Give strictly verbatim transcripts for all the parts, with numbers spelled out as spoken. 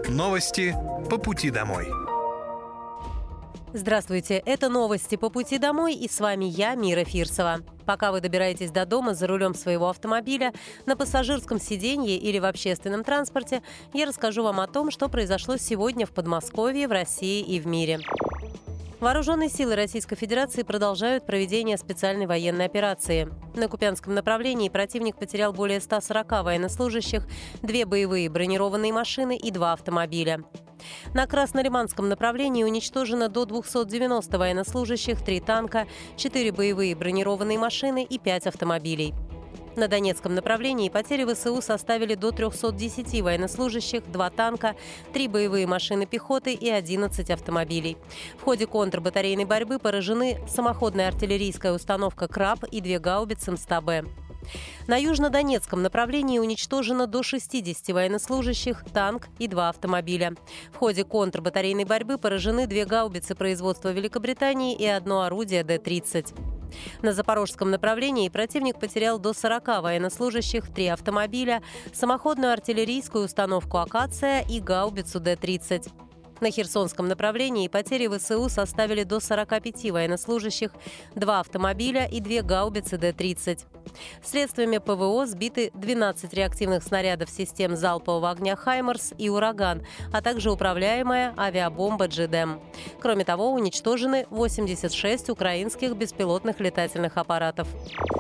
Новости по пути домой. Здравствуйте, это новости по пути домой, и с вами я, Мира Фирсова. Пока вы добираетесь до дома за рулем своего автомобиля, на пассажирском сиденье или в общественном транспорте, я расскажу вам о том, что произошло сегодня в Подмосковье, в России и в мире. Вооруженные силы Российской Федерации продолжают проведение специальной военной операции. На Купянском направлении противник потерял более ста сорока военнослужащих, две боевые бронированные машины и два автомобиля. На Краснолиманском направлении уничтожено до двухсот девяноста военнослужащих, три танка, четыре боевые бронированные машины и пять автомобилей. На Донецком направлении потери ВСУ составили до трехсот десяти военнослужащих, два танка, три боевые машины пехоты и одиннадцать автомобилей. В ходе контрбатарейной борьбы поражены самоходная артиллерийская установка «Краб» и две гаубицы эм эс тэ а бэ. На южнодонецком направлении уничтожено до шестидесяти военнослужащих, танк и два автомобиля. В ходе контрбатарейной борьбы поражены две гаубицы производства Великобритании и одно орудие дэ тридцать. На запорожском направлении противник потерял до сорока военнослужащих, три автомобиля, самоходную артиллерийскую установку «Акация» и гаубицу дэ тридцать. На Херсонском направлении потери ВСУ составили до сорока пяти военнослужащих, два автомобиля и две гаубицы дэ тридцать. Средствами ПВО сбиты двенадцать реактивных снарядов систем залпового огня «Хаймарс» и «Ураган», а также управляемая авиабомба джи дэм. Кроме того, уничтожены восемьдесят шесть украинских беспилотных летательных аппаратов.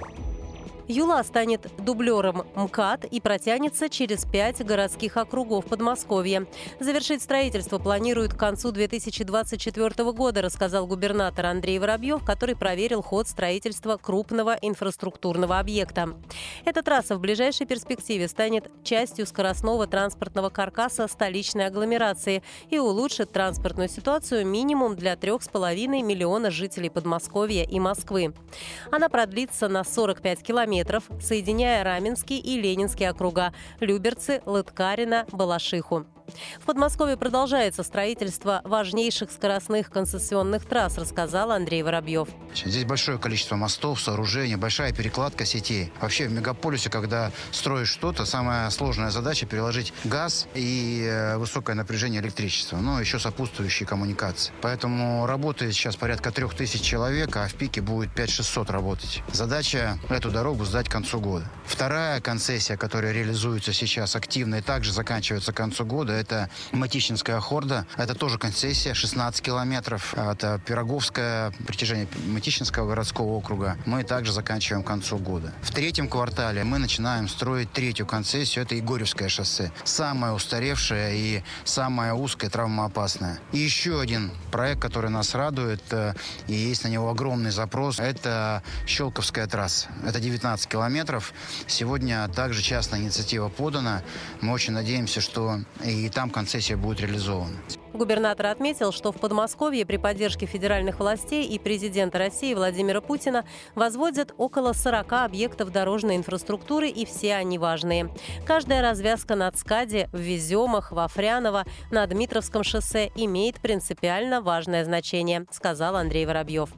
Юла станет дублером МКАД и протянется через пять городских округов Подмосковья. Завершить строительство планируют к концу две тысячи двадцать четвёртого года, рассказал губернатор Андрей Воробьев, который проверил ход строительства крупного инфраструктурного объекта. Эта трасса в ближайшей перспективе станет частью скоростного транспортного каркаса столичной агломерации и улучшит транспортную ситуацию минимум для трех с половиной миллиона жителей Подмосковья и Москвы. Она продлится на сорок пять километров, соединяя Раменский и Ленинский округа, Люберцы, Лыткарино, Балашиху. В Подмосковье продолжается строительство важнейших скоростных концессионных трасс, рассказал Андрей Воробьев. Здесь большое количество мостов, сооружений, большая перекладка сетей. Вообще в мегаполисе, когда строишь что-то, самая сложная задача – переложить газ и высокое напряжение электричества, но еще сопутствующие коммуникации. Поэтому работает сейчас порядка трех тысяч человек, а в пике будет пять-шестьсот работать. Задача – эту дорогу сдать к концу года. Вторая концессия, которая реализуется сейчас активно и также заканчивается к концу года, это Мытищинская хорда. Это тоже концессия, шестнадцать километров. Это Пироговское, притяжение Мытищинского городского округа. Мы также заканчиваем к концу года. В третьем квартале мы начинаем строить третью концессию. Это Егорьевское шоссе. Самое устаревшее и самое узкое, травмоопасное. И еще один проект, который нас радует, и есть на него огромный запрос, это Щелковская трасса. Это девятнадцать километров. Сегодня также частная инициатива подана. Мы очень надеемся, что и там концессия будет реализована. Губернатор отметил, что в Подмосковье при поддержке федеральных властей и президента России Владимира Путина возводят около сорока объектов дорожной инфраструктуры, и все они важные. Каждая развязка на ЦКАДе, в Веземах, во Фряново, на Дмитровском шоссе имеет принципиально важное значение, сказал Андрей Воробьев.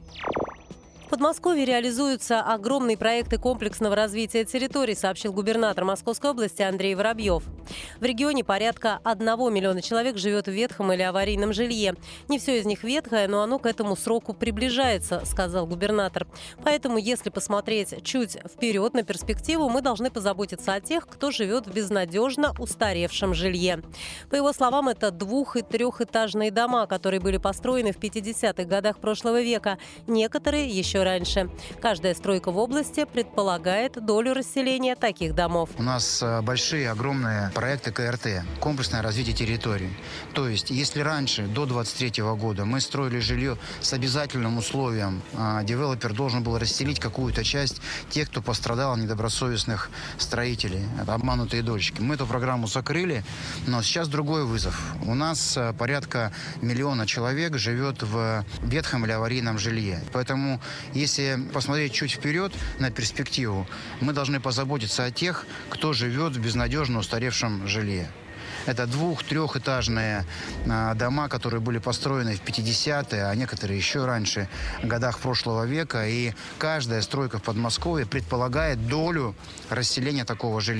В Подмосковье реализуются огромные проекты комплексного развития территорий, сообщил губернатор Московской области Андрей Воробьев. В регионе порядка одного миллиона человек живет в ветхом или аварийном жилье. Не все из них ветхое, но оно к этому сроку приближается, сказал губернатор. Поэтому, если посмотреть чуть вперед на перспективу, мы должны позаботиться о тех, кто живет в безнадежно устаревшем жилье. По его словам, это двух- и трехэтажные дома, которые были построены в пятидесятых годах прошлого века. Некоторые еще раньше. Каждая стройка в области предполагает долю расселения таких домов. У нас большие, огромные проекты ка эр тэ, комплексное развитие территорий. То есть, если раньше, до двадцать третьего года, мы строили жилье с обязательным условием, а, девелопер должен был расселить какую-то часть тех, кто пострадал от недобросовестных строителей, обманутые дольщики. Мы эту программу закрыли, но сейчас другой вызов. У нас порядка миллиона человек живет в ветхом или аварийном жилье. Поэтому если посмотреть чуть вперед на перспективу, мы должны позаботиться о тех, кто живет в безнадежно устаревшем жилье. Это двух-трехэтажные а, дома, которые были построены в пятидесятые, а некоторые еще раньше, годах прошлого века. И каждая стройка в Подмосковье предполагает долю расселения такого жилья.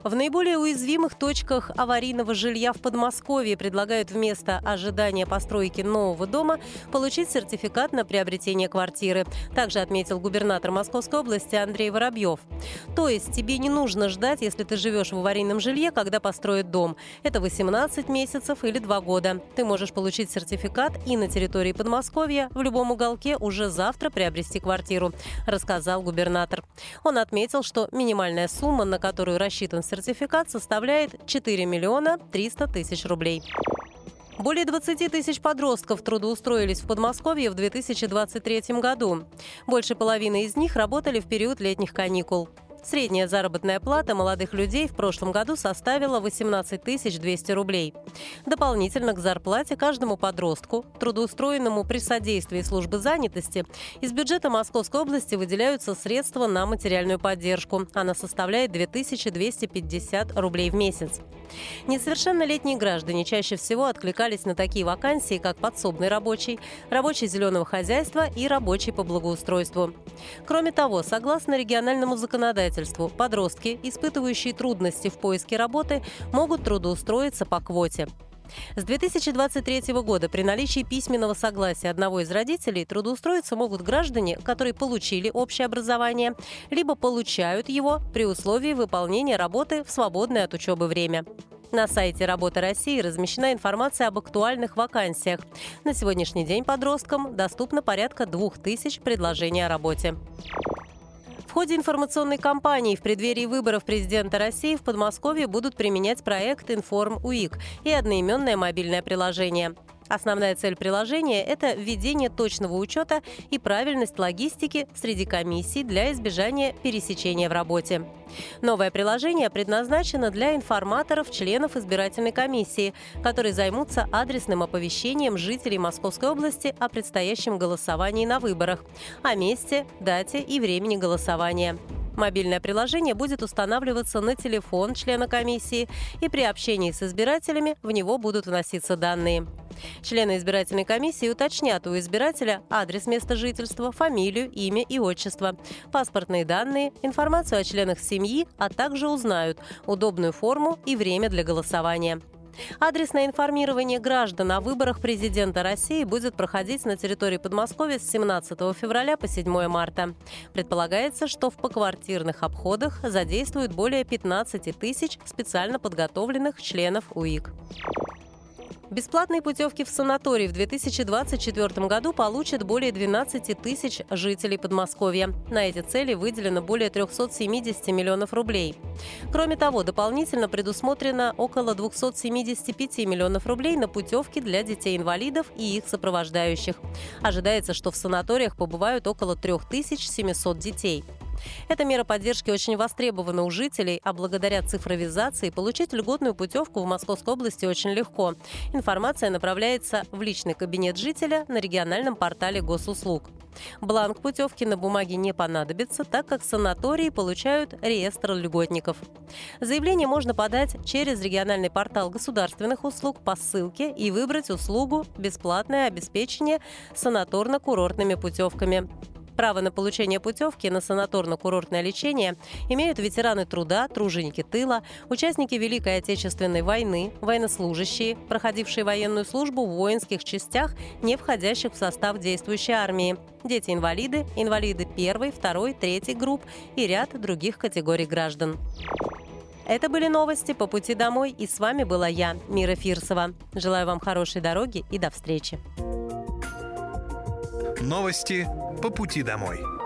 В наиболее уязвимых точках аварийного жилья в Подмосковье предлагают вместо ожидания постройки нового дома получить сертификат на приобретение квартиры. Также отметил губернатор Московской области Андрей Воробьев. То есть тебе не нужно ждать, если ты живешь в аварийном жилье, когда построят дом. Это восемнадцать месяцев или два года. Ты можешь получить сертификат и на территории Подмосковья в любом уголке уже завтра приобрести квартиру, рассказал губернатор. Он отметил, что минимальная сумма, на которую рассчитан сертификат, составляет четыре миллиона триста тысяч рублей. Более двадцати тысяч подростков трудоустроились в Подмосковье в две тысячи двадцать третьем году. Больше половины из них работали в период летних каникул. Средняя заработная плата молодых людей в прошлом году составила восемнадцать тысяч двести рублей. Дополнительно к зарплате каждому подростку, трудоустроенному при содействии службы занятости, из бюджета Московской области выделяются средства на материальную поддержку. Она составляет две тысячи двести пятьдесят рублей в месяц. Несовершеннолетние граждане чаще всего откликались на такие вакансии, как подсобный рабочий, рабочий зеленого хозяйства и рабочий по благоустройству. Кроме того, согласно региональному законодательству, подростки, испытывающие трудности в поиске работы, могут трудоустроиться по квоте. С две тысячи двадцать третьего года при наличии письменного согласия одного из родителей трудоустроиться могут граждане, которые получили общее образование, либо получают его при условии выполнения работы в свободное от учебы время. На сайте «Работа России» размещена информация об актуальных вакансиях. На сегодняшний день подросткам доступно порядка двух тысяч предложений о работе. В ходе информационной кампании в преддверии выборов президента России в Подмосковье будут применять проект «Информ-УИК» и одноименное мобильное приложение. Основная цель приложения – это введение точного учета и правильность логистики среди комиссий для избежания пересечения в работе. Новое приложение предназначено для информаторов, членов избирательной комиссии, которые займутся адресным оповещением жителей Московской области о предстоящем голосовании на выборах, о месте, дате и времени голосования. Мобильное приложение будет устанавливаться на телефон члена комиссии, и при общении с избирателями в него будут вноситься данные. Члены избирательной комиссии уточнят у избирателя адрес места жительства, фамилию, имя и отчество, паспортные данные, информацию о членах семьи, а также узнают удобную форму и время для голосования. Адресное информирование граждан о выборах президента России будет проходить на территории Подмосковья с семнадцатого февраля по седьмое марта. Предполагается, что в поквартирных обходах задействуют более пятнадцати тысяч специально подготовленных членов УИК. Бесплатные путевки в санаторий в две тысячи двадцать четвёртом году получат более двенадцати тысяч жителей Подмосковья. На эти цели выделено более трёхсот семидесяти миллионов рублей. Кроме того, дополнительно предусмотрено около двухсот семидесяти пяти миллионов рублей на путевки для детей-инвалидов и их сопровождающих. Ожидается, что в санаториях побывают около трёх тысяч семисот детей. Эта мера поддержки очень востребована у жителей, а благодаря цифровизации получить льготную путевку в Московской области очень легко. Информация направляется в личный кабинет жителя на региональном портале госуслуг. Бланк путевки на бумаге не понадобится, так как санатории получают реестр льготников. Заявление можно подать через региональный портал государственных услуг по ссылке и выбрать услугу «Бесплатное обеспечение санаторно-курортными путевками». Право на получение путевки на санаторно-курортное лечение имеют ветераны труда, труженики тыла, участники Великой Отечественной войны, военнослужащие, проходившие военную службу в воинских частях, не входящих в состав действующей армии, дети-инвалиды, инвалиды первой, второй, третьей групп и ряд других категорий граждан. Это были новости по пути домой, и с вами была я, Мира Фирсова. Желаю вам хорошей дороги и до встречи. Новости по пути домой.